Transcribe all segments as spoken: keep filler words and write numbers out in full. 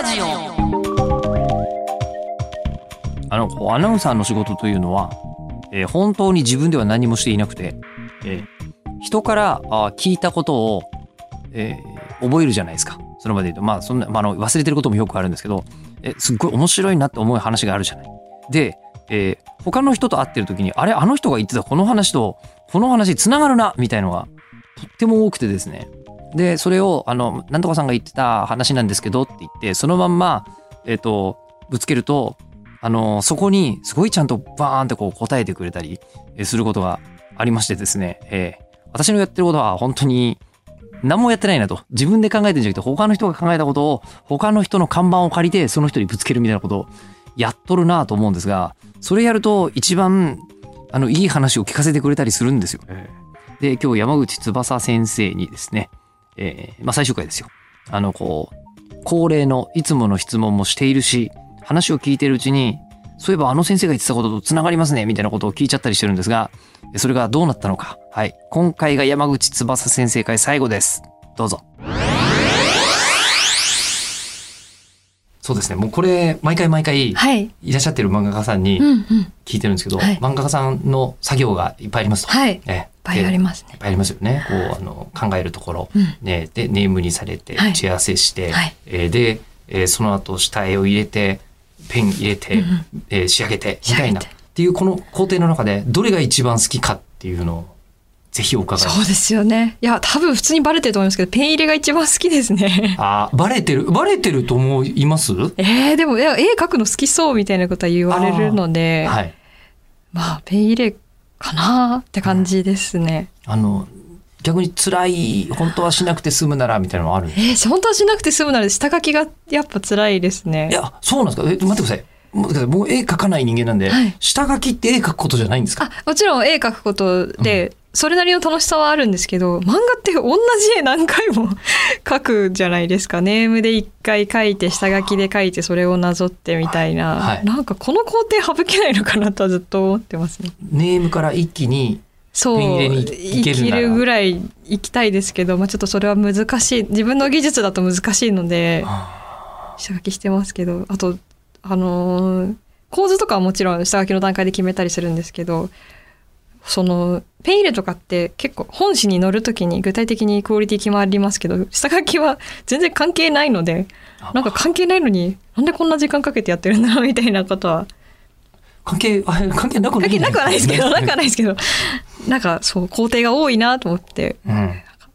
ジオ。あのこうアナウンサーの仕事というのは、えー、本当に自分では何もしていなくて、えー、人からあ聞いたことを、えー、覚えるじゃないですか。その場で言うと、まあそんな、まあ、あの忘れてることもよくあるんですけど、えすっごい面白いなって思う話があるじゃない。で、えー、他の人と会ってる時に、あれあの人が言ってたこの話とこの話つながるなみたいのがとっても多くてですね。でそれをあのなんとかさんが言ってた話なんですけどって言ってそのまんまえっとぶつけると、あのそこにすごいちゃんとバーンってこう答えてくれたりすることがありましてですね、えー、私のやってることは本当に何もやってないなと、自分で考えてるんじゃなくて他の人が考えたことを他の人の看板を借りてその人にぶつけるみたいなことをやっとるなと思うんですが、それやると一番あのいい話を聞かせてくれたりするんですよ。で今日山口翼先生にですね、えーまあ、最終回ですよ。あのこう恒例のいつもの質問もしているし、話を聞いているうちにそういえばあの先生が言ってたこととつながりますねみたいなことを聞いちゃったりしてるんですが、それがどうなったのか、はい、今回が山口翼先生会最後です。どうぞ。そうですね、もうこれ毎回毎回いらっしゃってる漫画家さんに聞いてるんですけど、はいうんうんはい、漫画家さんの作業がいっぱいありますと、 はいえいっぱいありますね。いっぱいありますよね。こうあの考えるところ、うんね、でネームにされて打ち合わせして、はいえー、で、えー、その後下絵を入れてペン入れて、うんうんえー、仕上げてみたいなっていうこの工程の中でどれが一番好きかっていうのをぜひお伺いします。 そうですよね。いや多分普通にバレてると思いますけどペン入れが一番好きですね。 あバレてるバレてると思います？ えー、でも絵描くの好きそうみたいなことは言われるので、はい、まあペン入れかなって感じですね。 うん、あの逆に辛い本当はしなくて済むならみたいなのあるんですか？ えー、本当はしなくて済むなら下書きがやっぱ辛いですね。 いやそうなんですか。え待ってください。もう絵描かない人間なんで、はい、下書きって絵描くことじゃないんですか？あもちろん絵描くことで、うん、それなりの楽しさはあるんですけど、漫画って同じ絵何回も描くじゃないですか。ネームで一回描いて下書きで描いてそれをなぞってみたいな、はいはい、なんかこの工程省けないのかなとはずっと思ってますね。 ネームから一気にペン入れに行けるならそう生きるぐらい行きたいですけど、まあ、ちょっとそれは難しい、自分の技術だと難しいので下書きしてますけど、あとあのー、構図とかはもちろん下書きの段階で決めたりするんですけど、そのペン入れとかって結構本誌に載るときに具体的にクオリティ決まりますけど、下書きは全然関係ないので、なんか関係ないのになんでこんな時間かけてやってるんだろうみたいなことは関係関係なくない、 関係なくはないですけどなくはないですけどなんかそう工程が多いなと思って、うん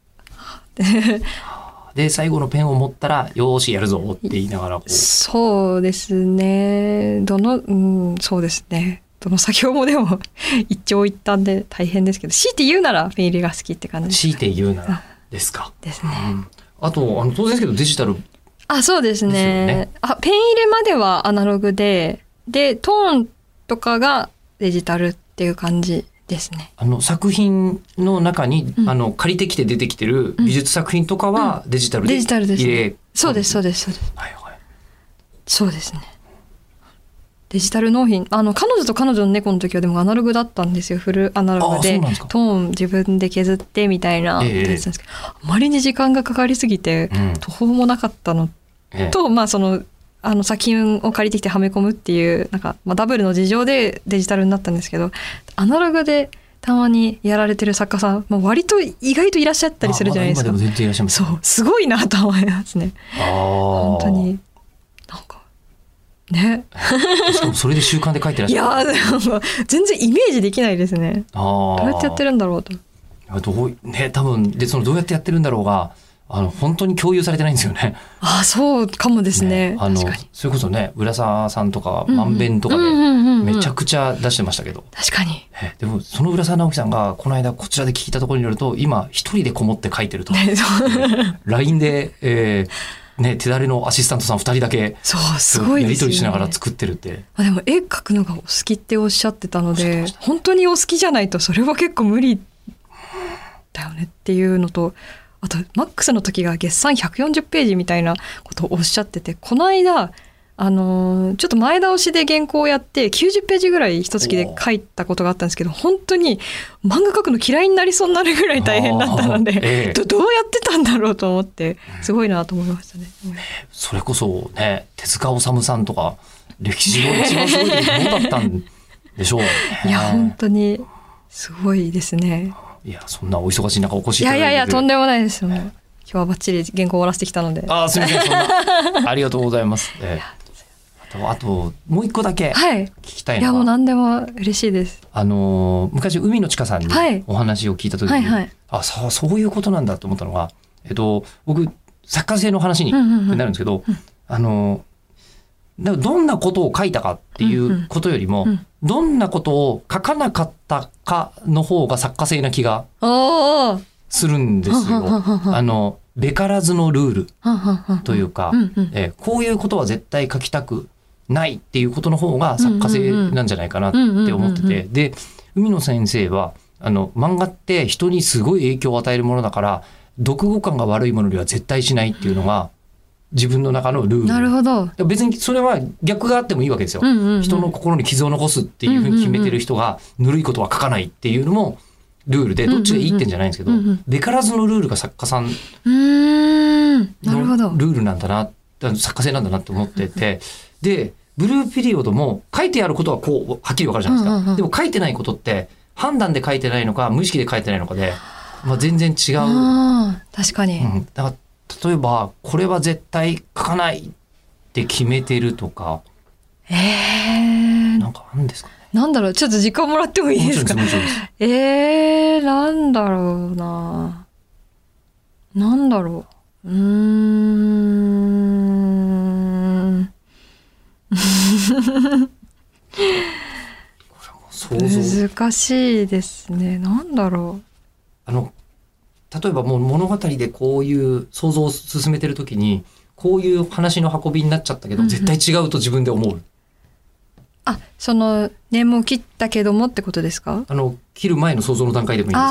で最後のペンを持ったらよーしやるぞって言いながらこう。 そうですね。どの、うん、そうですね。どの作業もでも一長一短で大変ですけど、強いて言うならペン入れが好きって感じです。 強いて言うならですか。 ですね。 うん、あとあの当然ですけどデジタル。 あ、そうですね。ですよね。あ、ペン入れまではアナログで、でトーンとかがデジタルっていう感じ。ですね、 あの作品の中に、うん、あの借りてきて出てきてる美術作品とかはデジタルで入れ、うん、デジタルですね。 そうですそうですそうです、はいはい、そうですね。デジタル納品、あの彼女と彼女の猫の時はでもアナログだったんですよ。フルアナログ で, でトーン自分で削ってみたいなやつなんですけど、えー、あまりに時間がかかりすぎて、うん、途方もなかったのと、えー、まあそのあの作品を借りてきてはめ込むっていうなんか、まあ、ダブルの事情でデジタルになったんですけど、アナログでたまにやられてる作家さん、まあ、割と意外といらっしゃったりするじゃないですか。 あ、まあ、今でも全然いらっしゃいます。 そうすごいなと思いますね。あ本当になんかねしかもそれで習慣で書いてらっしゃる。 いやでも全然イメージできないですね。あどうやってやってるんだろうと。 どう、ね、多分でそのどうやってやってるんだろうがあの本当に共有されてないんですよね。 ああそうかもですね。 ねあの確かにそれこそね浦沢さんとかまんべんとかでめちゃくちゃ出してましたけど、うんうんうんうん、 確かに。 でもその浦沢直樹さんがこの間こちらで聞いたところによると今一人でこもって書いてると、ね、ライン で、えーね、手だれのアシスタントさんふたりだけそうすごいですよね、 やり取りしながら作ってるって。 あでも絵描くのがお好きっておっしゃってたので本当にお好きじゃないとそれは結構無理だよねっていうのと、あとマックスの時が月産ひゃくよんじゅうページみたいなことをおっしゃってて、この間あのー、ちょっと前倒しで原稿をやってきゅうじゅっページぐらい一月で書いたことがあったんですけど、本当に漫画描くの嫌いになりそうになるぐらい大変だったので、ええ、ど, どうやってたんだろうと思ってすごいなと思いましたね。うん、 それこそね、手塚治虫さんとか歴史上一番すごい時どうだったんでしょう、ね、 いや本当にすごいですね。 いやそんなお忙しい中お越しいただいて、 いやいやいやとんでもないですよ、ね、今日はバッチリ原稿終わらせてきたので、 あすみませんそんなありがとうございます、えーあともう一個だけ聞きたいのは、はい、いやもう何でも嬉しいです。 あの昔海野千佳さんにお話を聞いた時に、はいはいはい、あそうそういうことなんだと思ったのが、えっと、僕作家性の話になるんですけど、うんうんうん、あのどんなことを書いたかっていうことよりも、うんうん、どんなことを書かなかったかの方が作家性な気がするんですよ。あのべからずのルールというか、うんうん、えこういうことは絶対書きたくないっていうことの方が作家性なんじゃないかなって思ってて、で海野先生はあの漫画って人にすごい影響を与えるものだから読後感が悪いものには絶対しないっていうのが自分の中のルール。 なるほど。 別にそれは逆があってもいいわけですよ、うんうんうん、人の心に傷を残すっていうふうに決めてる人がぬるいことは書かないっていうのもルールでどっちがいいってんじゃないんですけど、うんうんうん、べからずのルールが作家さんのルールなんだな、作家性なんだなって思ってて、でブルーピリオドも書いてあることはこうはっきり分かるじゃないですか、うんうんうん、でも書いてないことって判断で書いてないのか無意識で書いてないのかで、まあ、全然違う。 確かに、 うん、だから例えばこれは絶対書かないって決めてるとか、 えー、 なんかあるんですかね。 なんだろう、ちょっと時間もらってもいいですか。えー、なんだろうななんだろううーん難しいですね。なんだろう。 あの例えばもう物語でこういう想像を進めてるときにこういう話の運びになっちゃったけど、うんうん、絶対違うと自分で思う。 あ、そのネームを切ったけどもってことですか。 あの切る前の想像の段階でもいいんです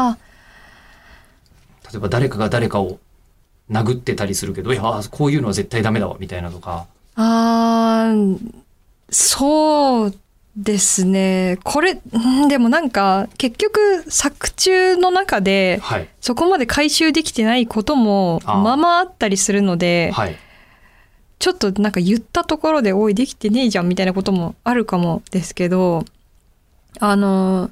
けど、例えば誰かが誰かを殴ってたりするけど、いやこういうのは絶対ダメだわみたいなとか。 あー、そうですね。これでもなんか結局作中の中でそこまで回収できてないこともままあったりするので、はい、ちょっとなんか言ったところでおいできてねえじゃんみたいなこともあるかもですけど、あの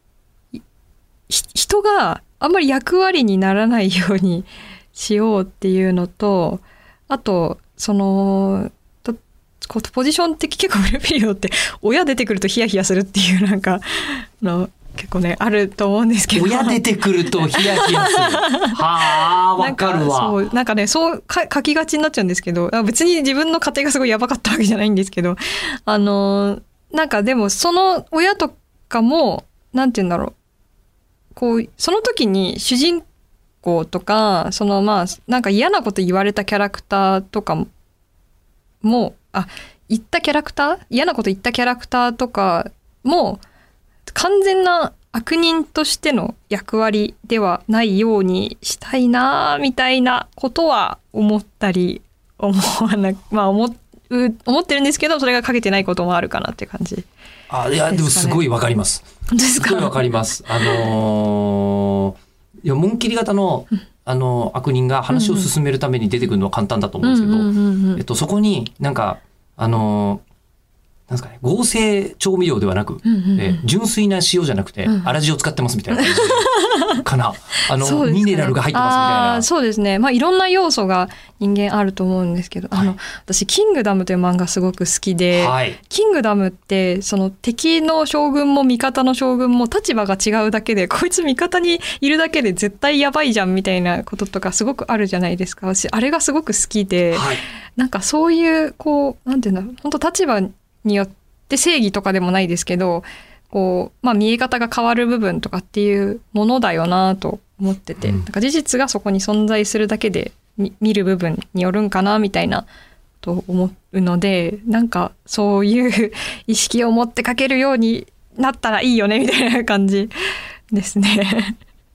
人があんまり役割にならないようにしようっていうのと、あとそのポジション的結構ブルーピリオドって親出てくるとヒヤヒヤするっていうなんかの結構ねあると思うんですけど、 親出てくるとヒヤヒヤするはあわかるわ。 そうなんかねそうか書きがちになっちゃうんですけど、別に自分の家庭がすごいやばかったわけじゃないんですけど、あのなんかでもその親とかもなんて言うんだろう、こうその時に主人公とかそのまあなんか嫌なこと言われたキャラクターとかもあ言ったキャラクター嫌なこと言ったキャラクターとかも完全な悪人としての役割ではないようにしたいなみたいなことは思ったり思わなまあ思う思ってるんですけど、それが書けてないこともあるかなっていう感じ、ね、 あいやでもすごいわかります。 本当ですか。 すごいわかります。あのー、いや紋切り型のあの悪人が話を進めるために出てくるのは簡単だと思うんですけど、えっとそこになんかあのなんですかね、合成調味料ではなく、うんうんうん、え純粋な塩じゃなくて、うん、粗塩使ってますみたいな感じかな。あの、ね、ミネラルが入ってますみたいな。 あそうですね。まあいろんな要素が人間あると思うんですけど、はい、あの私キングダムという漫画すごく好きで、はい、キングダムってその敵の将軍も味方の将軍も立場が違うだけで、こいつ味方にいるだけで絶対やばいじゃんみたいなこととかすごくあるじゃないですか。私あれがすごく好きで、はい、なんかそういうこうなんていうんだろう、本当立場によって正義とかでもないですけど、こう、まあ、見え方が変わる部分とかっていうものだよなと思ってて、うん、なんか事実がそこに存在するだけで見る部分によるんかなみたいなと思うので、なんかそういう意識を持って書けるようになったらいいよねみたいな感じですね。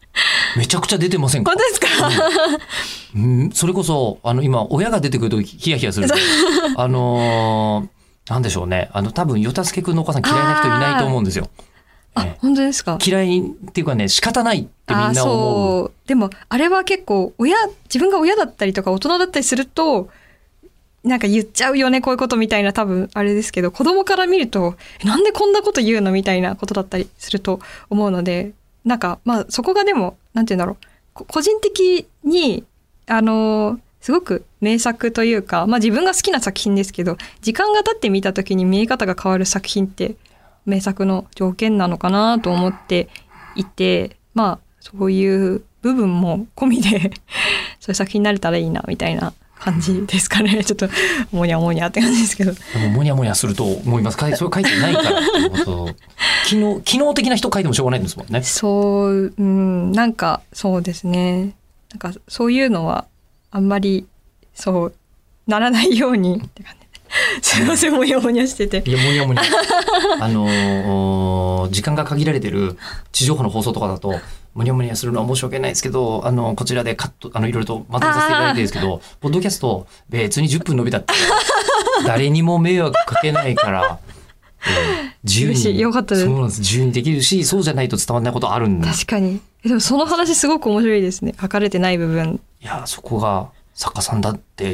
めちゃくちゃ出てませんか？ 本当ですか？ うん、それこそあの今親が出てくるとヒヤヒヤするあのー、なんでしょうね、あの多分よたすけくんのお母さん嫌いな人いないと思うんですよ。 あ、え本当ですか？ 嫌いっていうかね、仕方ないってみんな思う。 そう。でもあれは結構親自分が親だったりとか大人だったりするとなんか言っちゃうよねこういうことみたいな、多分あれですけど、子供から見るとなんでこんなこと言うのみたいなことだったりすると思うので、なんかまあそこがでもなんて言うんだろう、個人的にあのすごく名作というか、まあ自分が好きな作品ですけど、時間が経ってみた時に見え方が変わる作品って名作の条件なのかなと思っていて、まあそういう部分も込みでそういう作品になれたらいいなみたいな感じですかね。ちょっとモニャモニャって感じですけど。 でもモニャモニャすると思います。それ書いてないからってこと機能機能的な人書いてもしょうがないんですもんね。 そう、うん、なんかそうですね。なんかそういうのはあんまりそうならないようにって感じ。すいません、モニャモニャしてて。 いや、モニャモニャ。あのー、時間が限られてる地上波の放送とかだと、モニャモニャするのは申し訳ないですけど、あの、こちらでカット、あの、いろいろとまとめさせていただいてるんですけど、ポッドキャスト、別にじゅっぷん伸びたって、誰にも迷惑かけないから、えー、自由に、 よかったです。 そうなんです。自由にできるし、そうじゃないと伝わらないことあるんで。 確かに。でもその話すごく面白いですね。書かれてない部分。 いや、そこが作家さんだって、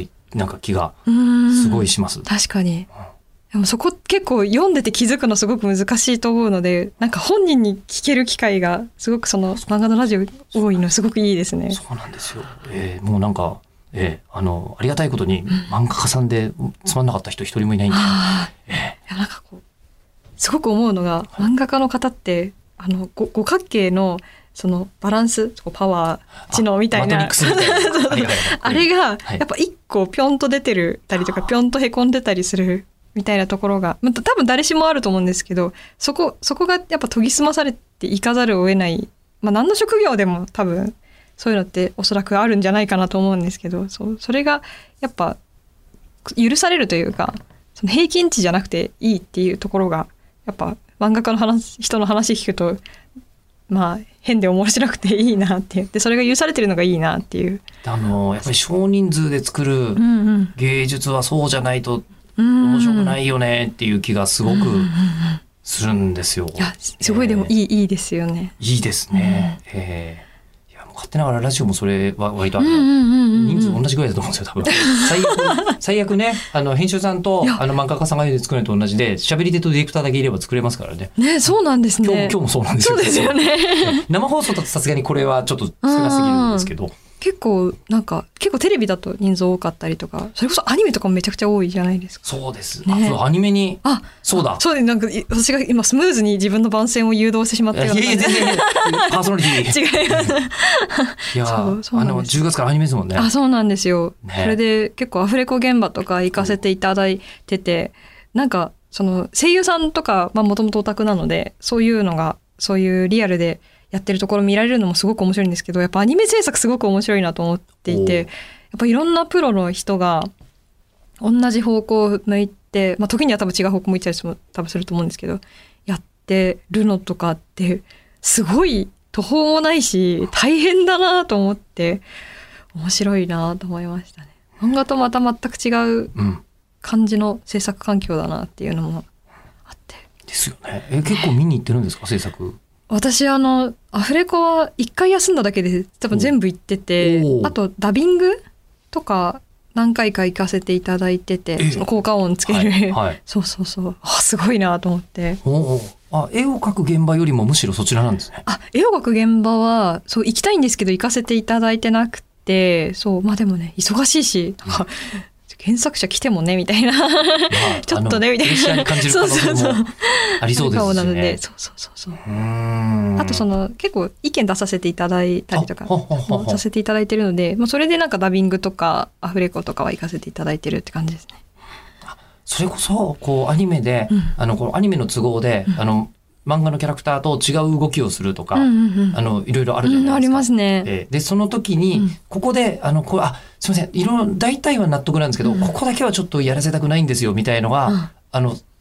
なんか気がすごいします。 確かに。でもそこ結構読んでて気づくのすごく難しいと思うので、なんか本人に聞ける機会がすごくその漫画のラジオ多いのすごくいいですね。 そうなんですよ。えー、もうなんか、えー、あのありがたいことに漫画家さんでつまんなかった人一人もいないんで、 えー、いやなんかこうすごく思うのが、漫画家の方ってあの五角形のそのバランス、パワー、知能みたいな、あれがやっぱ一個ピョンと出てるたりとか、ピョンとへこんでたりするみたいなところが、多分誰しもあると思うんですけど、そこそこがやっぱ研ぎ澄まされていかざるを得ない、まあ何の職業でも多分そういうのっておそらくあるんじゃないかなと思うんですけど、そうそれがやっぱ許されるというか、その平均値じゃなくていいっていうところがやっぱ漫画家の話、人の話聞くと。まあ変で面白くていいなって言って、それが許されてるのがいいなっていう。 あのやっぱり少人数で作る芸術はそうじゃないと面白くないよねっていう気がすごくするんですよ。 いやすごいでもいい、えー、いいですよね。 いいですね。うん、えー勝手ながらラジオもそれは割とある、人数同じぐらいだと思うんですよ多分。最悪最悪ね、あの編集さんとあの漫画家さんが作るのと同じで、喋り手とディレクターだけいれば作れますからね。 ね、そうなんですね。 今日、今日もそうなんですよ。 そうですよね。 生放送だとさすがにこれはちょっと少なすぎるんですけど。 結構なんか結構テレビだと人数多かったりとか、それこそアニメとかもめちゃくちゃ多いじゃないですか。 そうです、ね、あアニメにあそうだそうで、なんか私が今スムーズに自分の番宣を誘導してしまったような。 いやいや全然パーソナリティ違います。 いやそうそうあのじゅうがつからアニメですもんね。あそうなんですよ、ね、それで結構アフレコ現場とか行かせていただいてて、なんかその声優さんとかもともとオタクなので、そういうのがそういうリアルでやってるところ見られるのもすごく面白いんですけど、やっぱアニメ制作すごく面白いなと思っていて、やっぱいろんなプロの人が同じ方向を向いて、まあ、時には多分違う方向向いたりも多分すると思うんですけど、やってるのとかってすごい途方もないし大変だなと思って面白いなと思いましたね。漫画とまた全く違う感じの制作環境だなっていうのもあって、 うん、ですよね。え結構見に行ってるんですか制作。 私あのアフレコは一回休んだだけで多分全部行ってて、あとダビングとか何回か行かせていただいてて、その効果音つける、はいはい、そうそうそう、あすごいなと思って。 おおあ絵を描く現場よりもむしろそちらなんですね。 あ絵を描く現場はそう行きたいんですけど行かせていただいてなくて、そうまあでもね忙しいし、うん原作者来てもねみたいな、まあ、ちょっとねみたいな、プレッシャーに感じる可能性もありそうですしね。なのでそうそうそうそう、うーんあとその結構意見出させていただいたりとかさせていただいてるので、もうそれでなんかダビングとかアフレコとかは行かせていただいてるって感じですね。 それこそこうアニメで、うん、あのこのアニメの都合で、うん、あの漫画のキャラクターと違う動きをするとか、うんうんうん、あのいろいろあるじゃないですか、うん、ありますね。えー、でその時に、うん、ここであのこうあすみませんいろいろ大体は納得なんですけど、うん、ここだけはちょっとやらせたくないんですよみたいのが、うん、あの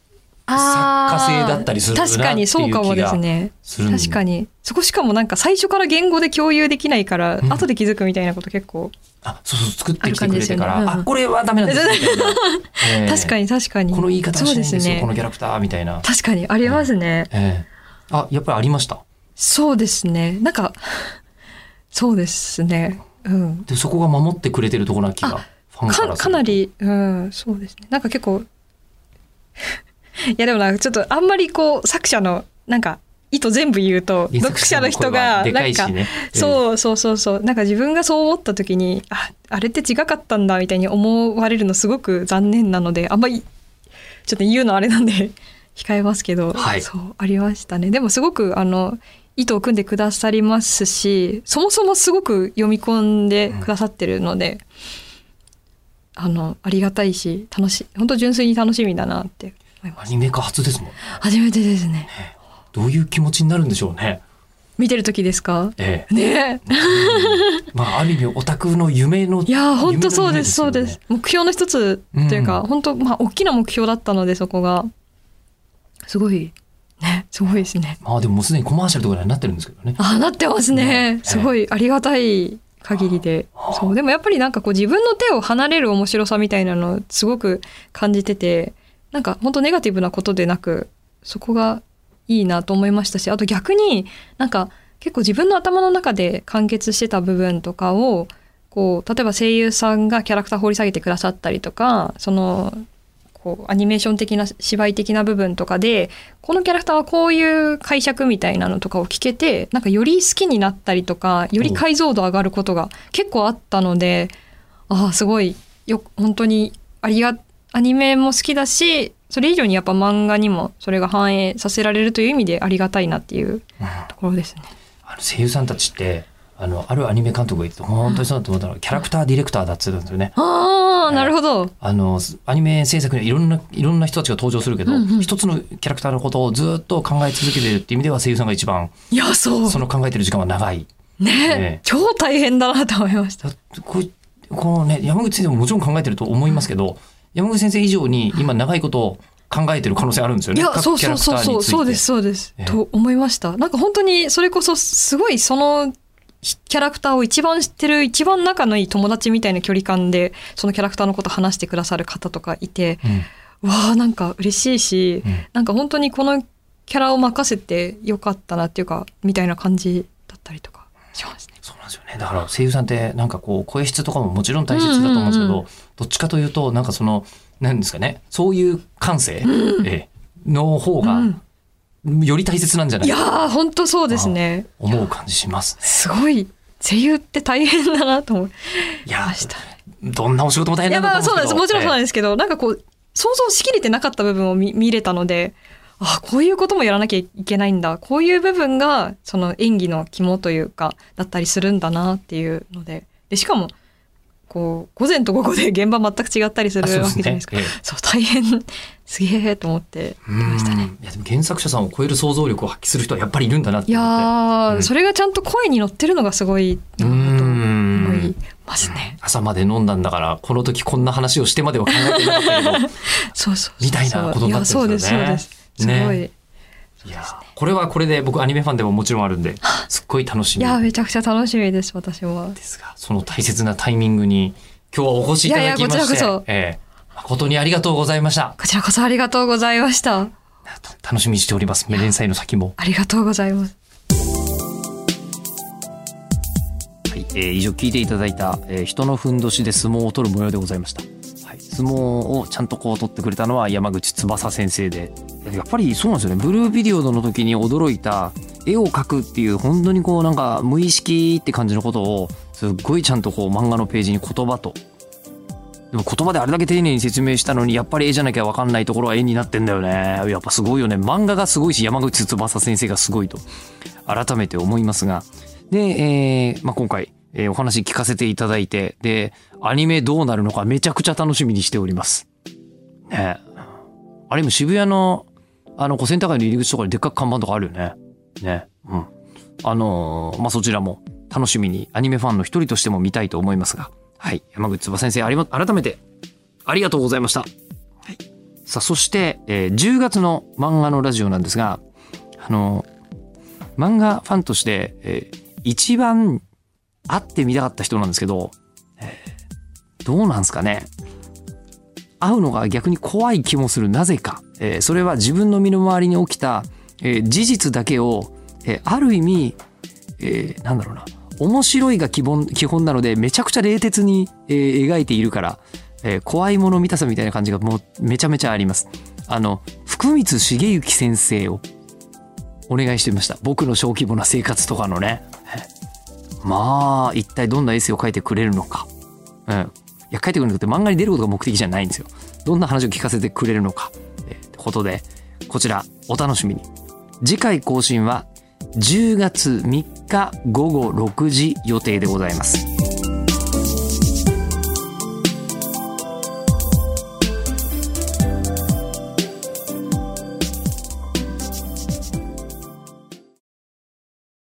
作家性だったりするなっていう気がするんですよ。 確かにそうかもですね。確かにそこしかもなんか最初から言語で共有できないから、うん、後で気づくみたいなこと結構あそうそう作ってきてくれてから あ,、ねうん、あこれはダメなんですみたいな、 えー、確かに確かにこの言い方はしないんですよ、ね、このキャラクターみたいな。 確かにありますね、 えー、あやっぱりありました。 そうですねなんかそうですね、うん、 でそこが守ってくれてるところな気がファンからすると か, かなり、 うん、そうですねなんか結構いやでもなんかちょっとあんまりこう作者のなんか意図全部言うと読者の人がなんかそうそうそうそうなんか自分がそう思った時にああれって違かったんだみたいに思われるのすごく残念なのであんまりちょっと言うのあれなんで控えますけど、はい、そうありましたね。でもすごくあの意図を組んでくださりますしそもそもすごく読み込んでくださってるので、うん、あのありがたいし楽しい本当純粋に楽しみだなって思います。 アニメ化初ですもんね。 初めてですね。ねどういう気持ちになるんでしょうね。 見てる時ですか。 ええ、 ねえまあある意味オタクの夢のいや本当そうですそうです。目標の一つというか、うん、本当まあ大きな目標だったのでそこがすごいねすごいですね。 まあでももうすでにコマーシャルとかになってるんですけどね。 あなってますね、ねすごいありがたい限りで。そうでもやっぱりなんかこう自分の手を離れる面白さみたいなのをすごく感じててなんか本当ネガティブなことでなくそこがいいなと思いましたしあと逆になんか結構自分の頭の中で完結してた部分とかをこう例えば声優さんがキャラクター掘り下げてくださったりとかそのこうアニメーション的な芝居的な部分とかでこのキャラクターはこういう解釈みたいなのとかを聞けてなんかより好きになったりとかより解像度上がることが結構あったのでああすごいよ本当にありがアニメも好きだしそれ以上にやっぱ漫画にもそれが反映させられるという意味でありがたいなっていうところですね、うん、 あの声優さんたちってあのあるアニメ監督が言って本当にそうだと思ったのがキャラクターディレクターだって言ってたんですよね。 ああ、なるほど。 あのアニメ制作にはいろんないろんな人たちが登場するけど、うんうん、一つのキャラクターのことをずっと考え続けてるっていう意味では声優さんが一番いやそうその考えてる時間は長いねえ、ね超大変だなと思いました。 ここのね山口先生ももちろん考えてると思いますけど、うん、山口先生以上に今長いことを考えてる可能性あるんですよね。 いやそうそうそうそうそうですそうです、えー、と思いました。なんか本当にそれこそすごいそのキャラクターを一番知ってる一番仲のいい友達みたいな距離感でそのキャラクターのこと話してくださる方とかいて、うん、わあなんか嬉しいし、うん、なんか本当にこのキャラを任せてよかったなっていうかみたいな感じだったりとかしますね。 そうなんですよね。だから声優さんってなんかこう声質とかももちろん大切だと思うんですけど、うんうんうん、どっちかというとなんかその何ですかねそういう感性、うん、えの方が、うん、より大切なんじゃないか。 いやー本当そうですね。 思う感じしますね。 すごい声優って大変だなと思いました。 どんなお仕事も大変なんだと思うんですけど。 いやまあそうなんです。もちろんそうなんですけど、えー、なんかこう想像しきれてなかった部分を 見, 見れたのであこういうこともやらなきゃいけないんだこういう部分がその演技の肝というかだったりするんだなっていうので、でしかもこう午前と午後で現場全く違ったりするわけじゃないですか。そうですね、ええ、そう大変すげえと思ってきましたね。 いやでも原作者さんを超える想像力を発揮する人はやっぱりいるんだなって思って。 いや、うん、それがちゃんと声に乗ってるのがすごいなと思いますね。 朝まで飲んだんだからこの時こんな話をしてまでは考えてなかったけどそうそうそうみたいなことになってるんですよね。 そうですそうですすごい、ね、 いやこれはこれで僕アニメファンでももちろんあるんですっごい楽しみ。 いやめちゃくちゃ楽しみです私も。 ですがその大切なタイミングに今日はお越しいただきまして、いやいやこちらこそ、えー、誠にありがとうございました。 こちらこそありがとうございました。 楽しみにしております。連載の先もありがとうございます。 はい、えー、以上聞いていただいた、えー、人のふんどしで相撲を取る模様でございました。はい、相撲をちゃんとこう取ってくれたのは山口翼先生で、やっぱりそうなんですよね。ブルービデオの時に驚いた絵を描くっていう本当にこうなんか無意識って感じのことをすっごいちゃんとこう漫画のページに言葉と、でも言葉であれだけ丁寧に説明したのにやっぱり絵じゃなきゃ分かんないところは絵になってんだよね。やっぱすごいよね。漫画がすごいし山口翼先生がすごいと改めて思いますが、で、えーまあ、今回、えー、お話聞かせていただいて、でアニメどうなるのかめちゃくちゃ楽しみにしておりますね。あれも渋谷のあのセンター街の入り口とかにでっかく看板とかあるよね。ね、うん、あのー、まあそちらも楽しみにアニメファンの一人としても見たいと思いますが、はい、山口翼先生あり、ま、改めてありがとうございました。はい、ささあそして、えー、じゅうがつの漫画のラジオなんですが、あの漫画ファンとして、えー、一番会ってみたかった人なんですけど、えー、どうなんですかね。会うのが逆に怖い気もする。なぜか、えー、それは自分の身の回りに起きた、えー、事実だけを、えー、ある意味、えー、なんだろうな、面白いが基本、基本なのでめちゃくちゃ冷徹に、えー、描いているから、えー、怖いもの見たさみたいな感じがもうめちゃめちゃあります。あの福光茂之先生をお願いしてみました。僕の小規模な生活とかのね、まあ一体どんなエッセイを書いてくれるのか、うん、いや書いてくれるのって漫画に出ることが目的じゃないんですよ。どんな話を聞かせてくれるのか、えー、ってことでこちらお楽しみに。次回更新はじゅうがつみっかごごろくじ予定でございます。